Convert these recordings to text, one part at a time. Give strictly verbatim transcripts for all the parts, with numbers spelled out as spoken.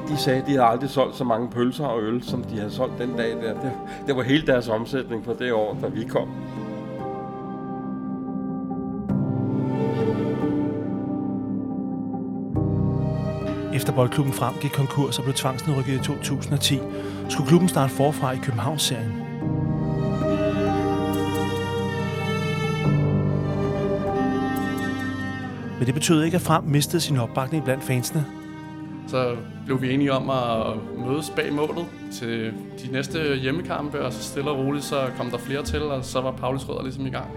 De sagde, at de havde aldrig solgt så mange pølser og øl, som de havde solgt den dag der. Det, det var hele deres omsætning for det år, da vi kom. Efter Boldklubben Frem gik konkurs og blev tvangsnedrykket i to tusind og ti, skulle klubben starte forfra i Københavnsserien. Men det betød ikke, at Frem mistede sin opbakning blandt fansene. Så blev vi enige om at mødes bag målet til de næste hjemmekampe, og så stille og roligt, så kom der flere til, og så var Paulis Rødder ligesom i gang.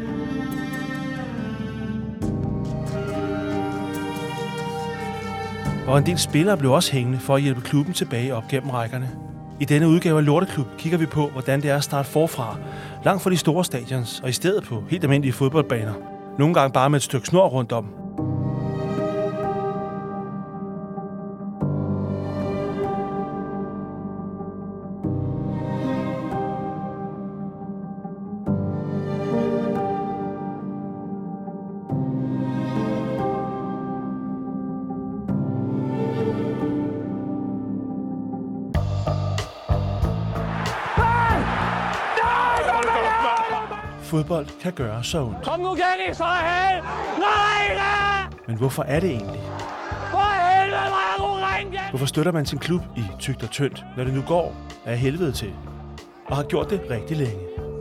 Og en del spillere blev også hængende for at hjælpe klubben tilbage op gennem rækkerne. I denne udgave af Lorteklub kigger vi på, hvordan det er at starte forfra, langt fra de store stadions, og i stedet på helt almindelige fodboldbaner. Nogle gange bare med et stykke snor rundt om. Fodbold kan gøre så ondt. Kom nu, Kenny, så er held! Nej, nej! Men hvorfor er det egentlig? For helvede, hvor er du ringet? Hvorfor støtter man sin klub i tykt og tyndt, når det nu går af helvede til? Og har gjort det rigtig længe.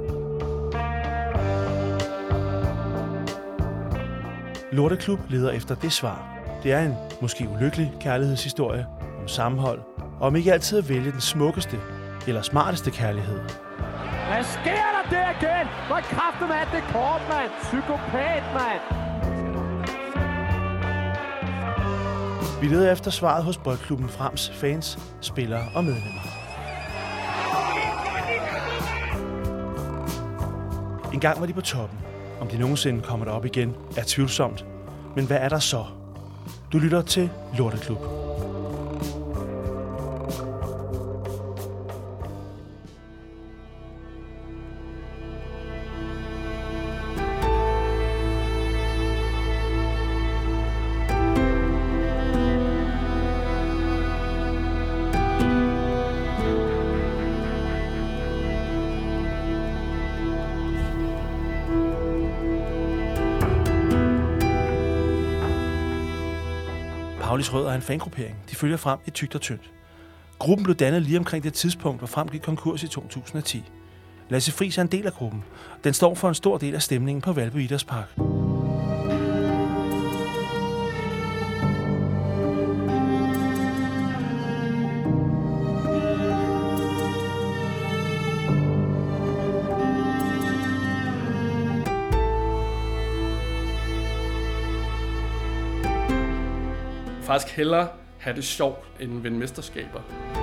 Lorteklub leder efter det svar. Det er en måske ulykkelig kærlighedshistorie om sammenhold, og om ikke altid at vælge den smukkeste eller smarteste kærlighed. Hvad sker der der igen? Hvor kraftigt mand, det er kort, mand. Psykopat, mand. Vi leder efter svaret hos Boldklubben Frems fans, spillere og medlemmer. En gang var de på toppen. Om de nogensinde kommer derop igen, er tvivlsomt. Men hvad er der så? Du lytter til Lorteklub. Paulis Rødder er en fangruppering. De følger Frem i tykt og tyndt. Gruppen blev dannet lige omkring det tidspunkt, hvor Frem gik konkurs i to tusind og ti. Lasse Friis er en del af gruppen. Den står for en stor del af stemningen på Valby Idrætspark. Faktisk hellere have det sjovt end vinde mesterskaber.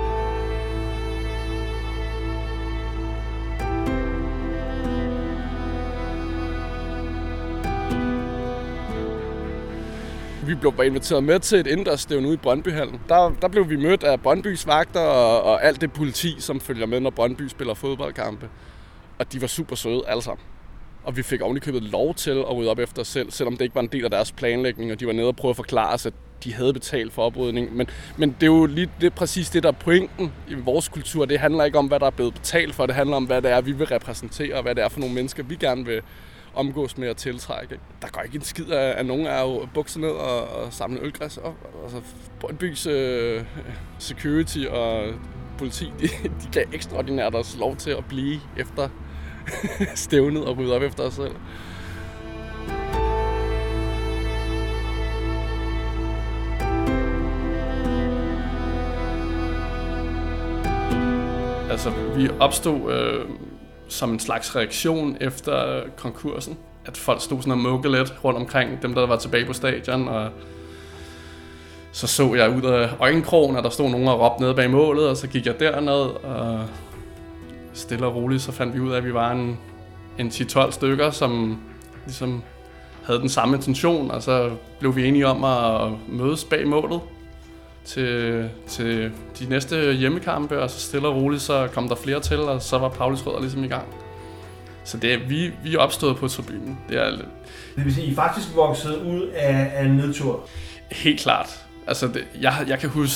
Vi blev bare inviteret med til et indendørsstævne ude i Brøndbyhallen. Der, der blev vi mødt af Brøndbys vagter og, og alt det politi, som følger med, når Brøndby spiller fodboldkampe. Og de var super søde alle sammen. Og vi fik ovenikøbet lov til at rydde op efter os selv, selvom det ikke var en del af deres planlægning, og de var nede og prøve at forklare os, at de havde betalt for oprydning. Men, men det er jo lige det er præcis det, der er pointen i vores kultur. Det handler ikke om, hvad der er blevet betalt for. Det handler om, hvad det er, vi vil repræsentere, og hvad det er for nogle mennesker, vi gerne vil omgås med at tiltrække. Der går ikke en skid af, at nogen er jo bukser ned og, og samle ølgræs op. Altså, Brøndbys øh, security og politi, de, de gav ekstraordinært os lov til at blive efter stævnet og rydde op efter os selv. Altså, vi opstod øh, som en slags reaktion efter konkursen. At folk stod sådan og mukkede lidt rundt omkring dem, der var tilbage på stadion. Og så så jeg ud af øjenkrogen, at der stod nogen og råbte nede bag målet, og så gik jeg derned, og stille og roligt, så fandt vi ud af, at vi var en, en ti tolv stykker, som ligesom havde den samme intention, og så blev vi enige om at mødes bag målet til, til de næste hjemmekampe, og så stille og roligt, så kom der flere til, og så var Paulis Rødder ligesom i gang. Så det er, vi, vi er opstået på tribunen. Det er det vil sige, I faktisk voksede ud af, af en nedtur? Helt klart. Altså, det, jeg, jeg kan huske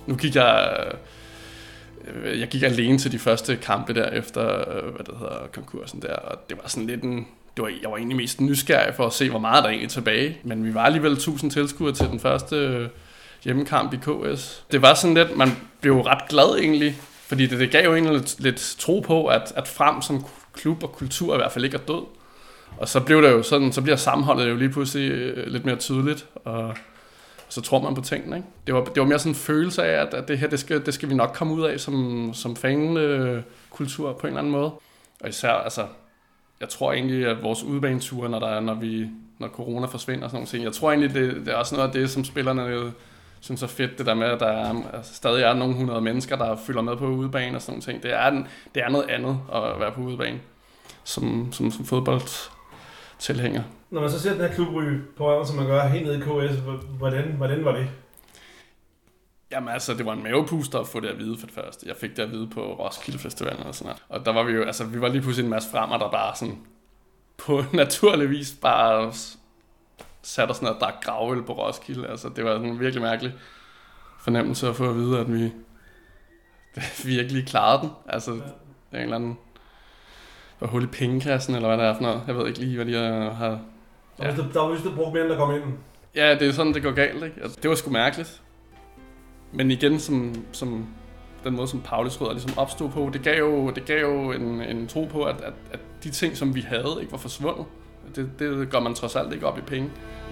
Nu gik jeg... Jeg gik alene til de første kampe der efter, hvad det hedder, konkursen der, og det var sådan lidt en... Det var, jeg var egentlig mest nysgerrig for at se, hvor meget der egentlig er tilbage. Men vi var alligevel tusind tilskuere til den første hjemmekamp i K S. Det var sådan lidt, man blev ret glad egentlig, fordi det, det gav jo egentlig lidt, lidt tro på, at, at Frem som klub og kultur i hvert fald ikke er død. Og så blev det jo sådan, så bliver sammenholdet jo lige pludselig lidt mere tydeligt, og så tror man på tingene, ikke? Det var, det var mere sådan en følelse af, at, at det her, det skal, det skal vi nok komme ud af som, som fankultur på en eller anden måde. Og især, altså, jeg tror egentlig, at vores udebaneture, når, der er, når, vi, når corona forsvinder og sådan nogle ting, jeg tror egentlig, det, det er også noget af det, som spillerne synes er fedt, det der med, at der er, altså, stadig er nogle hundrede mennesker, der følger med på udebane og sådan nogle ting. Det er, det er noget andet at være på udebane som, som, som fodboldtilhænger. Når man så ser den her klub ryge på røven, som man gør helt nede i K S, hvordan, hvordan var det? Jamen altså, det var en mavepuster at få det at vide for det første. Jeg fik det at vide på Roskilde Festivalen og sådan noget. Og der var vi jo, altså vi var lige pludselig en masse fremmer, der bare sådan på naturlig vis bare satte os sådan noget, der gravøl på Roskilde. Altså det var sådan en virkelig mærkelig fornemmelse at få at vide, at vi virkelig klarede den. Altså det er en eller anden der var hul i pengekassen, eller hvad det er for noget. Jeg ved ikke lige, hvad de har... Ja. Der var vist brugt mere, end der kom ind. Ja, det er sådan, det går galt, ikke? Altså, det var sgu mærkeligt. Men igen, som, som den måde, som Paulis Rødder ligesom opstod på, det gav jo, det gav jo en, en tro på, at, at, at de ting, som vi havde, ikke var forsvundet. Det, det gør man trods alt ikke op i penge.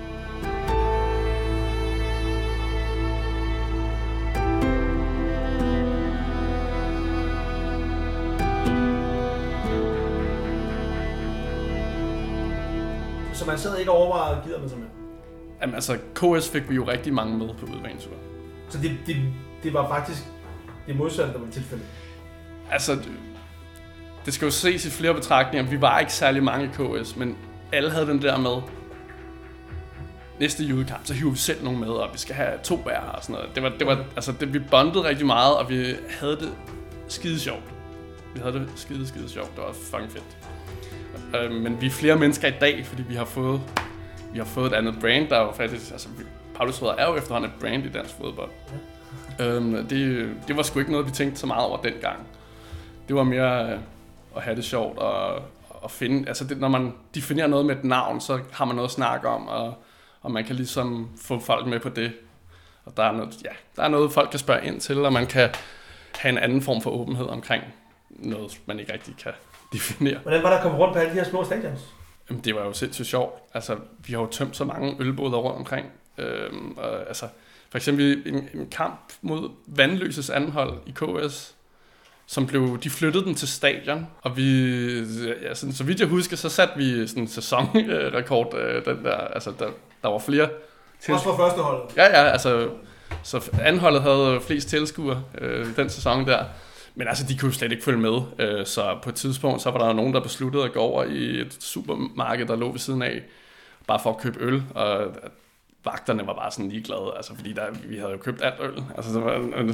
Så man sad ikke og overvejede, gider man så med? Jamen altså, K S fik vi jo rigtig mange med på udebaneture. Så det, det, det var faktisk det modsatte, der var tilfældet? Altså, det, det skal jo ses i flere betragtninger. Vi var ikke særlig mange i K S, men alle havde den der med. Næste julekamp, så hiver vi selv nogen med, og vi skal have to bær og sådan noget. Det var, det var, altså, det, vi bondede rigtig meget, og vi havde det skide sjovt. Vi havde det skide, skide sjovt. Det var fucking fedt. Øh, men vi er flere mennesker i dag, fordi vi har fået, vi har fået et andet brand, der er jo faktisk... Altså, Paulis Rødder er jo efterhånden et brand i dansk fodbold. Ja. Øhm, det, det var sgu ikke noget, vi tænkte så meget over dengang. Det var mere øh, at have det sjovt og at finde... Altså, det, når man definerer noget med et navn, så har man noget at snakke om, og, og man kan ligesom få folk med på det. Og der er noget, ja, der er noget, folk kan spørge ind til, og man kan have en anden form for åbenhed omkring noget, man ikke rigtig kan definere. Hvordan var der at komme rundt på alle de her små stadions? Jamen, det var jo sindssygt sjovt. Altså, vi har jo tømt så mange ølboder rundt omkring. Øhm, og, altså, for eksempel en, en kamp mod Vandløses Anhold i K S, som blev, de flyttede den til stadion, og vi, ja, sådan, så vidt jeg husker, så satte vi sådan en sæsonrekord, øh, den der, altså, der, der var flere. Også for første holdet? Ja, ja, altså, så Anholdet havde flest tilskuere øh, den sæson der. Men altså, de kunne jo slet ikke følge med, så på et tidspunkt, så var der nogen, der besluttede at gå over i et supermarked, der lå ved siden af, bare for at købe øl, og vagterne var bare sådan ligeglade, altså fordi der, vi havde jo købt alt øl, altså det var,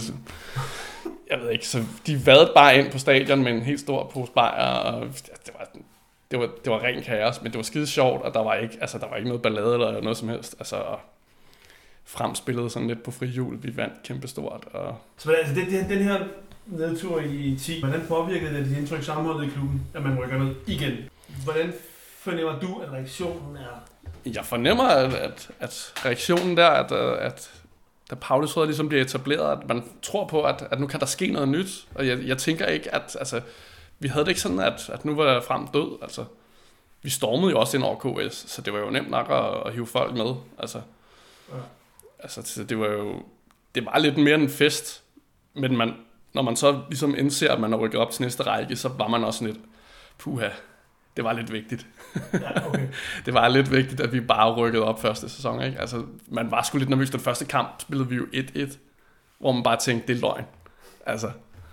jeg ved ikke, så de vadede bare ind på stadion med en helt stor pose bajer, og det var, det var, det var ren kaos, men det var skide sjovt, og der var ikke, altså der var ikke noget ballade eller noget som helst, altså fremspillede sådan lidt på frihjul, vi vandt kæmpestort. Og... Så altså, det, det, den her nedtur i ti, hvordan påvirkede det dit indtryk sammenholdet i klubben, at man rykker ned igen? Hvordan fornemmer du, at reaktionen er? Jeg fornemmer, at, at, at reaktionen der, at, at da Paulis Rødder ligesom bliver etableret, at man tror på, at, at nu kan der ske noget nyt. Og jeg, jeg tænker ikke, at altså, vi havde det ikke sådan, at, at nu var der frem død. Altså, vi stormede jo også ind over K S, så det var jo nemt nok at, at hive folk med. Altså, ja. altså, det var jo det var lidt mere en fest, men man, når man så ligesom indser, at man har rykket op til næste række, så var man også lidt, puha, det var lidt vigtigt. Ja, okay. Det var lidt vigtigt, at vi bare rykkede op første sæson, ikke? Altså, man var sgu lidt nervøs. Den første kamp spillede vi jo et et, hvor man bare tænkte, det er løgn. Altså,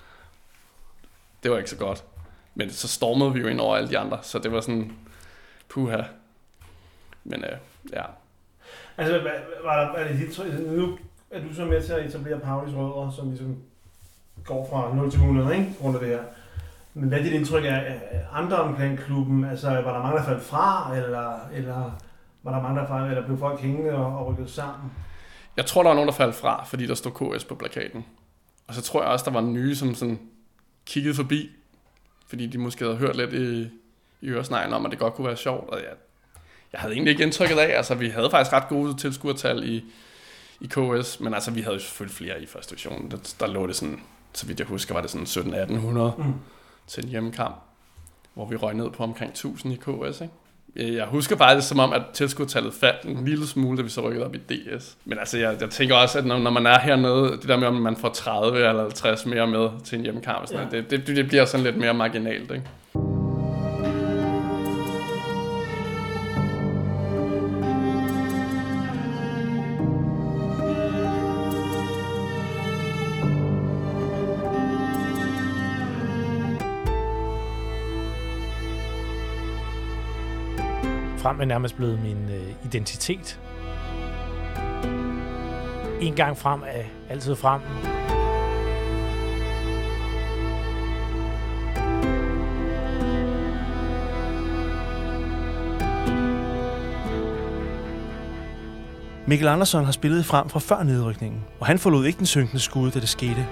det var ikke så godt. Men så stormede vi jo ind over alle de andre, så det var sådan, puha. Men øh, ja. Altså, var der, er det dit, nu er du så med til at etablere Paulis Rødder, som ligesom går fra nul til hundrede, ikke? Rundt af det her. Men hvad er dit indtryk af andre omkring klubben? Altså, var der mange, der faldt fra, eller, eller var der mange, der faldt, eller blev folk hængende og, og rykket sammen? Jeg tror, der var nogen, der faldt fra, fordi der stod K S på plakaten. Og så tror jeg også, der var nye, som sådan kiggede forbi, fordi de måske havde hørt lidt i, i øresneglen om, at det godt kunne være sjovt. Og jeg, jeg havde egentlig ikke indtrykket af, altså vi havde faktisk ret gode tilskuertal i, i K S, men altså vi havde jo selvfølgelig flere i første division. Der, der lå det sådan, så vidt jeg husker, var det sådan sytten atten hundrede mm. til en hjemmekamp, hvor vi røg ned på omkring tusind i K S, ikke? Jeg husker faktisk som om, at tilskuertallet faldt en lille smule, da vi så rykkede op i D S. Men altså, jeg, jeg tænker også, at når, når man er hernede, det der med, om man får tredive eller halvtreds mere med til en hjemmekamp, ja. det, det, det bliver sådan lidt mere marginalt, ikke? Frem er nærmest blevet min øh, identitet. En gang frem er altid frem. Mikkel Andersson har spillet Frem fra før nedrykningen, og han forlod ikke den synkende skud, da det skete.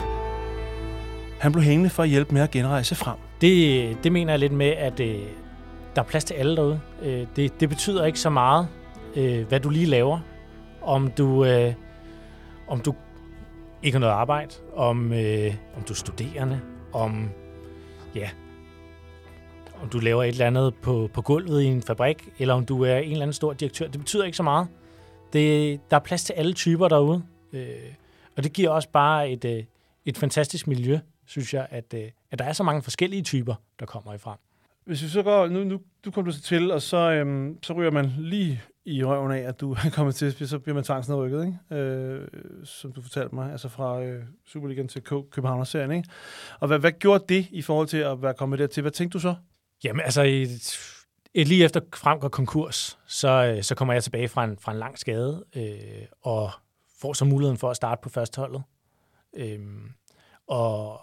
Han blev hængende for at hjælpe med at genrejse Frem. Det, det mener jeg lidt med, at øh, der er plads til alle derude. Øh, det, det betyder ikke så meget, øh, hvad du lige laver. Om du, øh, om du ikke har noget arbejde, om, øh, om du er studerende, om, ja, om du laver et eller andet på, på gulvet i en fabrik, eller om du er en eller anden stor direktør. Det betyder ikke så meget. Det, der er plads til alle typer derude. Øh, og det giver også bare et, øh, et fantastisk miljø, synes jeg, at, øh, at der er så mange forskellige typer, der kommer ifra. Hvis vi så går, nu, nu du kommer du så til, og så, øhm, så ryger man lige i røven af, at du er kommet til, så bliver man tvangsnedrykket, ikke? Øh, som du fortalte mig, altså fra øh, Superligaen til Københavner-serien, ikke? Og hvad, hvad gjorde det i forhold til at være kommet dertil? Hvad tænkte du så? Jamen altså, et, et lige efter Frem går konkurs, så, så kommer jeg tilbage fra en, fra en lang skade, øh, og får så muligheden for at starte på førsteholdet. Øh, og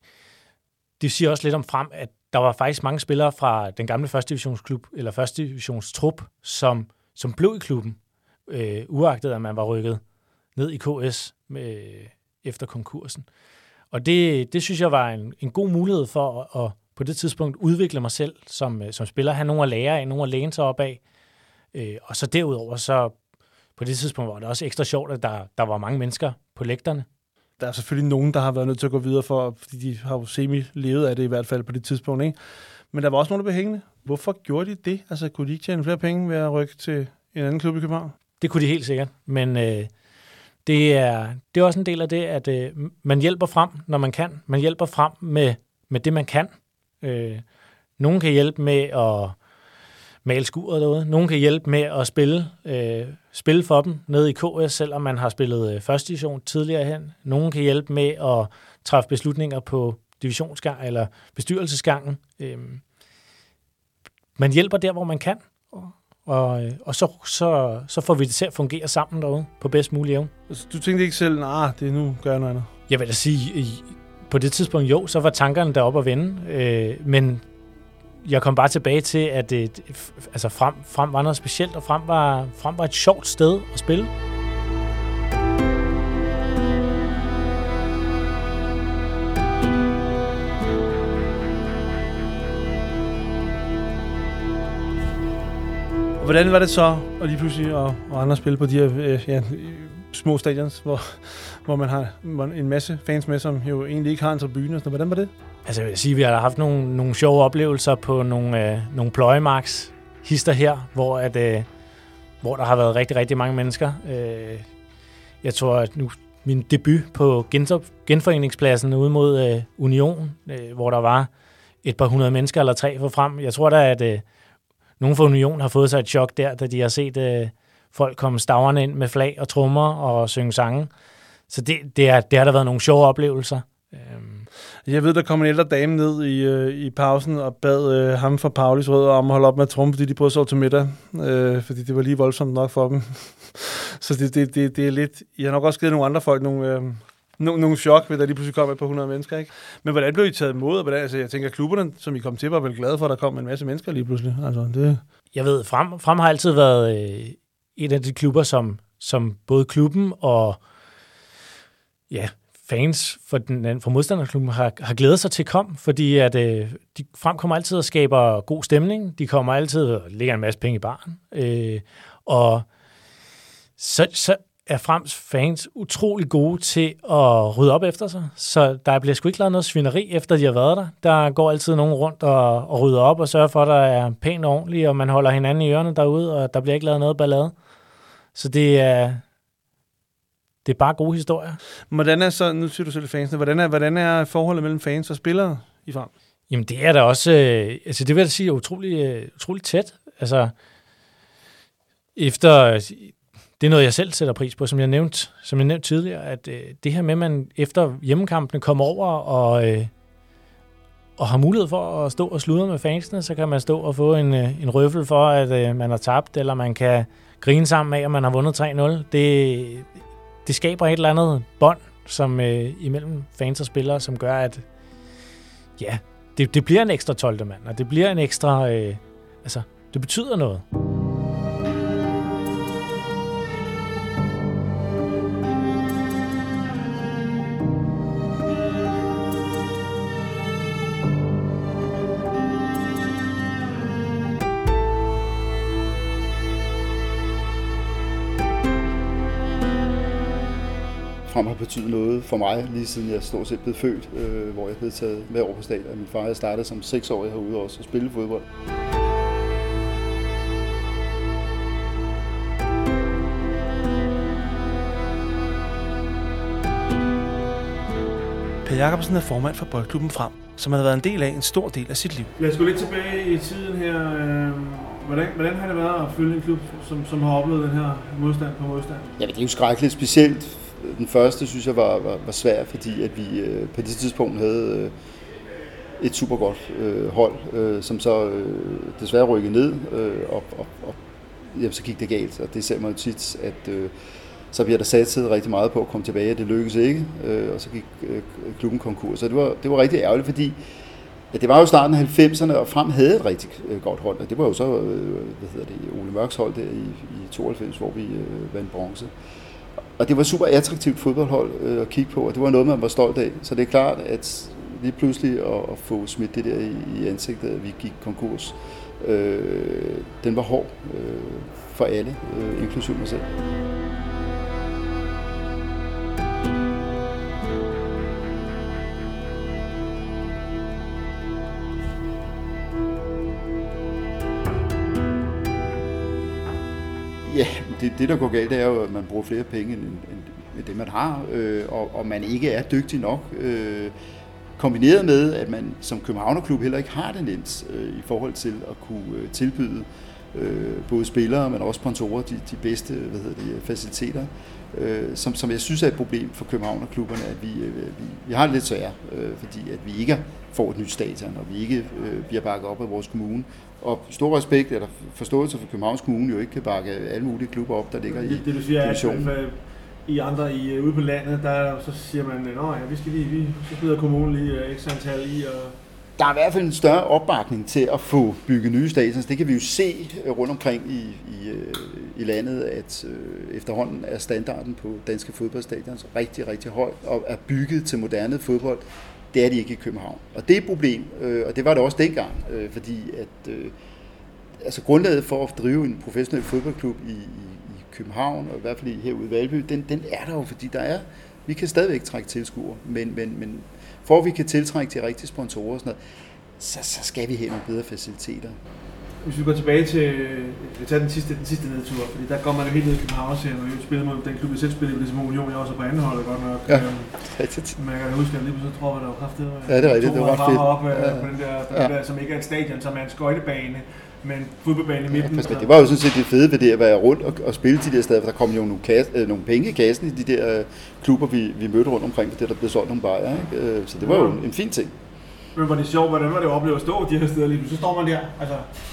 det siger også lidt om Frem, at der var faktisk mange spillere fra den gamle første divisionsklub, eller første divisionstrup, som, som blev i klubben, øh, uagtet at man var rykket ned i K S med, efter konkursen. Og det, det synes jeg var en, en god mulighed for at, at på det tidspunkt udvikle mig selv som, som spiller, have nogen at lære af, nogen at læne sig op af. Øh, og så derudover, så på det tidspunkt var det også ekstra sjovt, at der, der var mange mennesker på lægterne. Der er selvfølgelig nogen, der har været nødt til at gå videre, for, fordi de har jo semi-levet af det i hvert fald på det tidspunkt, ikke? Men der var også nogen, der blev hængende. Hvorfor gjorde de det? Altså, kunne de ikke tjene flere penge ved at rykke til en anden klub i København? Det kunne de helt sikkert, men øh, det, er, det er også en del af det, at øh, man hjælper frem, når man kan. Man hjælper frem med, med det, man kan. Øh, nogen kan hjælpe med at male skuret derude. Nogen kan hjælpe med at spille, øh, spille for dem nede i K S, selvom man har spillet øh, første division tidligere hen. Nogen kan hjælpe med at træffe beslutninger på divisionsgang eller bestyrelsesgangen. Øh, man hjælper der, hvor man kan, og, og så, så, så får vi det til at fungere sammen derude på bedst mulig evne. Du tænkte ikke selv, nej, det er nu gør jeg noget andet? Jeg vil da sige, på det tidspunkt jo, så var tankerne deroppe at vende, øh, men jeg kom bare tilbage til, at det, altså frem, frem var noget specielt, og frem var, frem var et sjovt sted at spille. Hvordan var det så at lige pludselig og, og andre spille på de her øh, ja, små stadions, hvor, hvor man har en masse fans med, som jo egentlig ikke har en tribune? Hvordan var det? Altså jeg vil sige, at vi har haft nogle, nogle sjove oplevelser på nogle, øh, nogle pløjemarks hister her, hvor, at, øh, hvor der har været rigtig, rigtig mange mennesker. Øh, jeg tror, at nu min debut på Gentop, genforeningspladsen ude mod øh, Union, øh, hvor der var et par hundrede mennesker eller tre for frem. Jeg tror da, at øh, nogle fra Union har fået sig et chok der, da de har set øh, folk komme staverne ind med flag og trommer og synge sange. Så det, det, er, det har der været nogle sjove oplevelser. Jeg ved, der kom en ældre dame ned i, øh, i pausen og bad øh, ham fra Paulis Rød om at holde op med at tromme, fordi de prøvede at sove til middag, øh, fordi det var lige voldsomt nok for dem. Så det, det, det, det er lidt... Jeg har nok også givet nogle andre folk nogle, øh, nogle, nogle chok, ved at der lige pludselig kom et par hundrede mennesker, ikke? Men hvordan blev I taget imod? Og hvordan, altså, jeg tænker, klubberne, som I kom til, var vel glade for, at der kom en masse mennesker lige pludselig. Altså, det... Jeg ved, Frem, Frem har altid været øh, et af de klubber, som, som både klubben og ja, fans for, den, for modstanderklubben har, har glædet sig til kom, fordi at, øh, de frem kommer altid og skaber god stemning. De kommer altid og lægger en masse penge i baren. Øh, og så, så er Frems fans utrolig gode til at rydde op efter sig. Så der bliver sgu ikke lavet noget svineri, efter de har været der. Der går altid nogen rundt og, og rydder op og sørger for, at der er pænt og ordentligt, og man holder hinanden i ørerne derude, og der bliver ikke lavet noget ballade. Så det er... Det er bare gode historier. Hvordan er så, nu siger du selv fansene, hvordan er, hvordan er forholdet mellem fans og spillere i Frem? Jamen det er da også, øh, altså det vil jeg sige, utrolig, øh, utrolig tæt. Altså efter, det er noget jeg selv sætter pris på, som jeg nævnte, som jeg nævnte tidligere, at øh, det her med, at man efter hjemmekampene kommer over og, øh, og har mulighed for at stå og sludre med fansene, så kan man stå og få en, øh, en røffel for, at øh, man har tabt, eller man kan grine sammen af, at man har vundet tre nul. Det Det skaber et eller andet bånd som øh, imellem fans og spillere, som gør, at ja, det, det bliver en ekstra tolvte mand, og det bliver en ekstra, øh, altså, det betyder noget. Frem har betydet noget for mig, lige siden jeg stort set blev født, øh, hvor jeg blev taget med over på stadion. Min far havde startet som seksårig herude også og spille fodbold. Per Jacobsen er formand for Boldklubben Frem, som har været en del af en stor del af sit liv. Lad os gå lidt tilbage i tiden her. Hvordan, hvordan har det været at følge en klub, som, som har oplevet den her modstand på modstand? Ja, det er jo skrækkeligt specielt. Den første, synes jeg, var, var, var svær, fordi at vi øh, på det tidspunkt havde øh, et super godt øh, hold, øh, som så øh, desværre rykkede ned, øh, og, og, og jamen, så gik det galt. Og det ser man jo tit, at øh, så bliver der satset rigtig meget på at komme tilbage, og det lykkedes ikke, øh, og så gik øh, klubben konkurs. Så det var, det var rigtig ærgerligt, fordi ja, det var jo starten af halvfemserne, og Frem havde et rigtig øh, godt hold, og det var jo så øh, hvad hedder det, Ole Mørks hold der i, i tooghalvfems, hvor vi øh, vandt bronze. Og det var et super attraktivt fodboldhold øh, at kigge på, og det var noget, man var stolt af. Så det er klart, at lige pludselig at, at få smidt det der i, i ansigtet, at vi gik konkurs, øh, den var hård øh, for alle, øh, inklusive mig selv. Ja, det, det der går galt, det er jo, at man bruger flere penge end, end det, man har, øh, og, og man ikke er dygtig nok. Øh, kombineret med, at man som Københavnerklub heller ikke har det nemt øh, i forhold til at kunne øh, tilbyde øh, både spillere, men også sponsorer de, de bedste hvad hedder det, faciliteter, øh, som, som jeg synes er et problem for Københavnerklubberne, at vi, øh, vi, vi har det lidt svært, øh, fordi at vi ikke får et nyt stadion, og vi ikke øh, bliver bakket op af vores kommune. Og stor respekt eller forståelse for Københavns Kommune jo ikke kan bakke alle mulige klubber op, der ligger i det, det du siger, divisionen. At i andre i, ude på landet, der så siger man, nå ja, vi skal lige, vi, så smider kommunen lige ekstra antal i. Og der er i hvert fald en større opbakning til at få bygget nye stadions. Det kan vi jo se rundt omkring i, i, i landet, at øh, efterhånden er standarden på danske fodboldstadions rigtig, rigtig høj og er bygget til moderne fodbold. Det er de ikke i København. Og det er et problem, øh, og det var det også dengang, øh, fordi at øh, altså grundlaget for at drive en professionel fodboldklub i, i, i København, og i hvert fald herude i Valby, den, den er der jo, fordi der er, vi kan stadigvæk trække tilskuere, men, men, men for at vi kan tiltrække de rigtige sponsorer og sådan noget, så, så skal vi have nogle bedre faciliteter. Hvis vi går tilbage til, vi tager den sidste, den sidste nedtur, fordi der går man jo helt ned i København-serien, og jeg spiller mod den klub, jeg selv spillede i det som Union, jeg var så på anden holdet godt nok. Ja, rigtigt. Men jeg kan huske, at lige pludselig tror jeg, der var kraftigt. Ja, det er rigtigt, det var ret fedt. Op, ja. På den der, på ja. Den der, som ikke er et stadion, som er en skøjtebane, men fodboldbane i midten. Ja, det var jo sådan set det fede ved det at være rundt og, og spille de der steder, for der kom jo nogle, kasse, øh, nogle penge i kassen i de der øh, klubber, vi, vi mødte rundt omkring, for det der blev solgt nogle bajer, ikke? Så det var jo en, en fin ting. Men var det sjovt, hvordan var det at opleve at stå de her steder lige? Så står man der, altså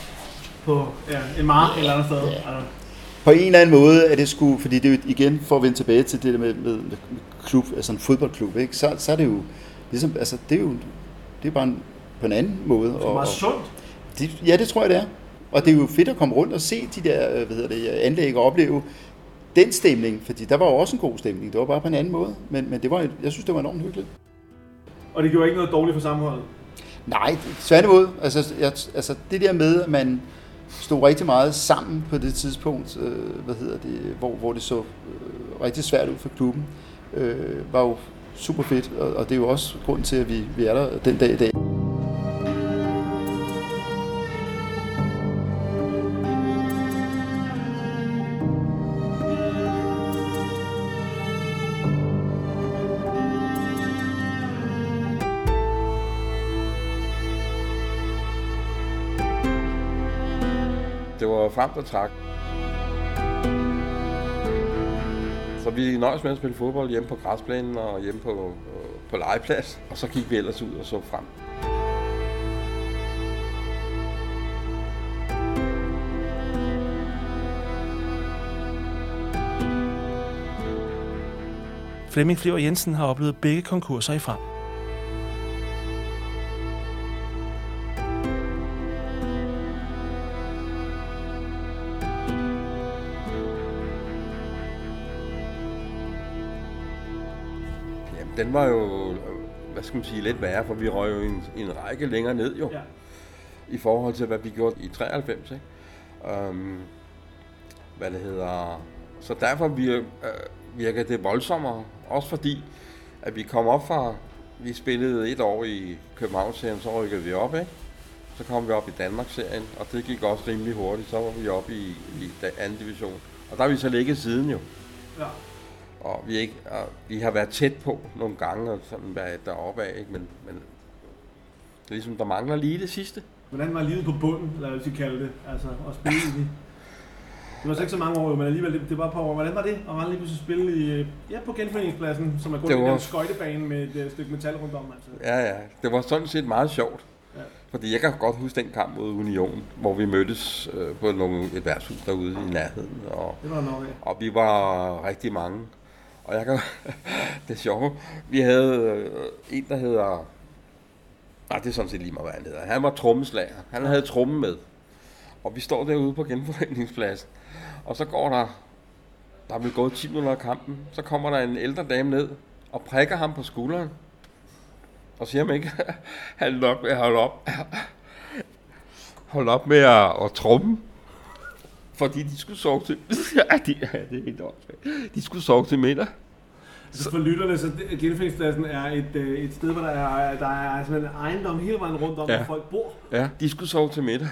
på ja, en mark ja, eller andet sted. Ja. Altså. På en eller anden måde er det sgu, fordi det er jo igen, for at vende tilbage til det der med, med, med klub, altså en fodboldklub, ikke? Så, så er det jo ligesom, altså det er jo, det er bare en, på en anden måde. Det er meget sundt. Det, ja, det tror jeg det er. Og det er jo fedt at komme rundt og se de der, hvad hedder det, anlæg og opleve, den stemning, fordi der var jo også en god stemning, det var bare på en anden måde, men, men det var, jeg synes, det var enormt hyggeligt. Og det gjorde ikke noget dårligt for sammenholdet? Nej, tværtimod. Altså, jeg, altså det der med, at man stod rigtig meget sammen på det tidspunkt, øh, hvad hedder det, hvor, hvor det så øh, rigtig svært ud for klubben, øh, var jo super fedt, og, og det er jo også grund til, at vi, vi er der den dag i dag. Det var frem og trak. Så vi nøjes med at spille fodbold hjemme på græsplænen og hjemme på, på legeplads. Og så gik vi ellers ud og så frem. Flemming Flever Jensen har oplevet begge konkurser i Frem. Den var jo, hvad skal man sige, lidt værre, for vi røg jo en, en række længere ned jo, ja. I forhold til, hvad vi gjorde i treoghalvfems, ikke? Um, hvad det hedder. Så derfor virker, uh, virker det voldsommere, også fordi, at vi kom op fra, vi spillede et år i Københavnsserien, så rykkede vi op, ikke? Så kom vi op i Danmarksserien, og det gik også rimelig hurtigt, så var vi oppe i, i anden division. Og der har vi så ligget siden jo. Ja. Og vi, ikke, og vi har været tæt på nogle gange og sådan været deroppe af, ikke? Men, men det er ligesom, der mangler lige det sidste. Hvordan var livet på bunden, lad os kalde det, altså at spille i det? Det var så ikke så mange år, men alligevel, det, det var på år. Hvordan var det at lige pludselig spille i, ja, på Genforeningspladsen, som er kun var... en skøjtebane med et stykke metal rundt om? Altså. Ja, ja. Det var sådan set meget sjovt. Ja. Fordi jeg kan godt huske den kamp mod Union, hvor vi mødtes øh, på nogle, et værtshus derude i nærheden. Og, det var nok, ja. Og vi var rigtig mange. Og jeg kan... det er sjovt. Vi havde øh, en, der hedder... Nej, det er sådan set lige meget, hvad han hedder. Han var trommeslager. Han havde trommen med. Og vi står derude på Genforeningspladsen. Og så går der... Der er vel gået ti minutter af kampen. Så kommer der en ældre dame ned og prikker ham på skulderen. Og siger ham ikke, hold op med at holde op. Hold op med at, at tromme. Fordi de skulle sove til... ja, de, ja, det er helt åndssvagt. De skulle sove til middag. Så for lytterne, så Genforeningspladsen er et, et sted, hvor der er, der er sådan en ejendom hele vejen rundt om, ja. Hvor folk bor. Ja, de skulle sove til middag.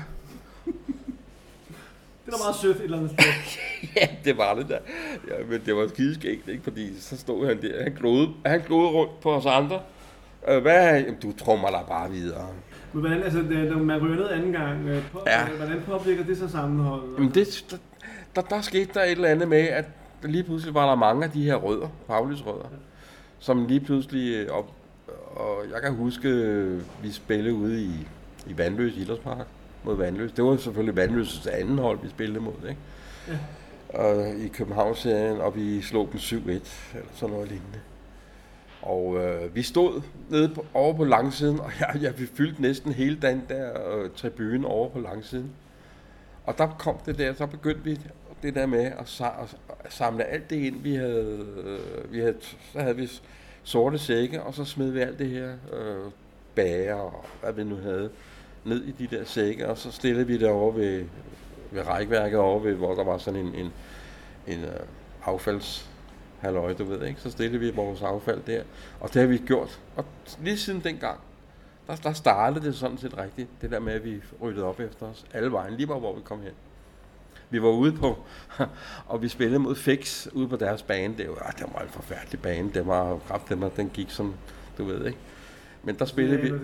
Det er meget sødt et eller andet sted. Ja, det var det der. Ja, men det var skideskægt, ikke? Fordi så stod han der, han glodede, han glodede rundt på os andre. Hvad? Du trommer dig bare videre. Men hvordan, altså, når man ryger ned anden gang, på, ja. Hvordan påvirker det så sammenholdet? Jamen det, der, der, der skete der et eller andet med, at lige pludselig var der mange af de her rødder, Paulis-rødder, ja. Som lige pludselig, og, og jeg kan huske, vi spillede ude i, i Vandløs Idrætspark mod Vandløs. Det var selvfølgelig Vandløs' anden hold, vi spillede mod, ikke? Ja. Og i Københavnsserien, og vi slog dem syv et, eller sådan noget lignende. Og øh, vi stod nede på, over på langsiden, og jeg, jeg vi fyldte næsten hele den der øh, tribune over på langsiden. Og der kom det der, så begyndte vi det der med at, at samle alt det ind, vi havde, øh, vi havde, så havde vi sorte sække, og så smed vi alt det her øh, bager og hvad vi nu havde, ned i de der sække, og så stillede vi det over ved, ved rækværket over ved, hvor der var sådan en, en, en øh, affalds halløj, du ved ikke, så stillede vi vores affald der, og det har vi gjort. Og lige siden dengang, der, der startede det sådan set rigtigt, det der med, at vi ryddede op efter os alle vejen, lige bare hvor vi kom hen. Vi var ude på, og vi spillede mod Fix ude på deres bane. Det var, det var en forfærdelig bane, det var kraft, den, den gik som, du ved ikke. Men der spillede vi...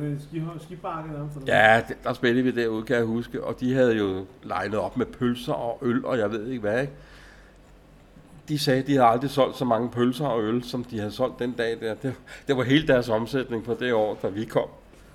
Ja, der spillede vi derude, kan jeg huske, og de havde jo legnet op med pølser og øl, og jeg ved ikke hvad, ikke? De sagde, at de havde aldrig solgt så mange pølser og øl, som de havde solgt den dag der. Det, det var hele deres omsætning på det år, da vi kom.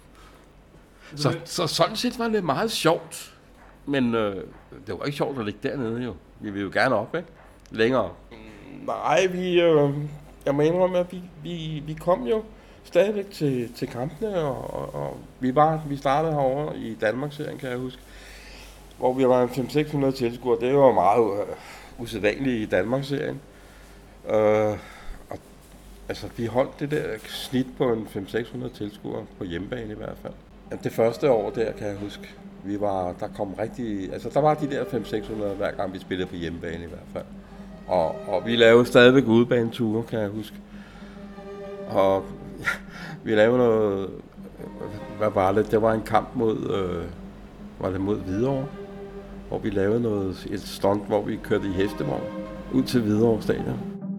Så, så sådan set var det meget sjovt. Men øh, det var ikke sjovt at ligge dernede jo. Vi ville jo gerne op, ikke? Længere. Nej, vi... Øh, jeg må indrømme, at vi, vi, vi kom jo stadigvæk til, til kampene, og, og, og vi, var, vi startede herovre i Danmarksserien, kan jeg huske. Hvor vi var fem til seks hundrede tilskuere. Det var meget... Øh, usædvanlige i Danmarksserien. Øh, og, altså, vi holdt det der snit på en fem til seks hundrede tilskuere på hjemmebane i hvert fald. Det første år der, kan jeg huske, vi var, der kom rigtig, altså der var de der fem til seks hundrede hver gang vi spillede på hjemmebane i hvert fald. Og, og vi lavede stadigvæk udebaneture, kan jeg huske. Og ja, vi lavede noget, hvad var det? Det var en kamp mod, øh, var det mod Hvidovre, hvor vi lavede noget, et stunt, hvor vi kørte i hestevogn ud til Hvidovre Stadion.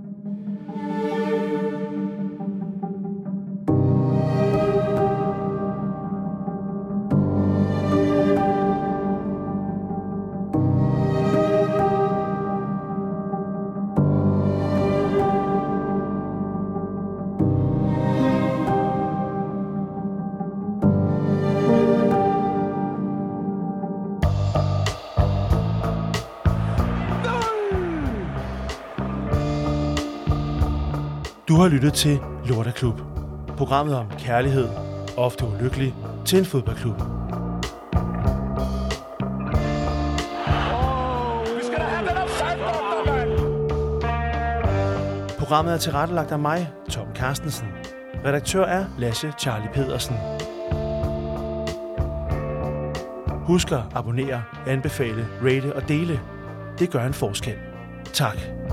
Du har lyttet til Lorteklub. Programmet om kærlighed, ofte ulykkelig, til en fodboldklub. Oh, vi skal da have den offside-doktor, mand! Programmet er tilrettelagt af mig, Tom Carstensen. Redaktør er Lasse Charlie Pedersen. Husk at abonnere, anbefale, rate og dele. Det gør en forskel. Tak.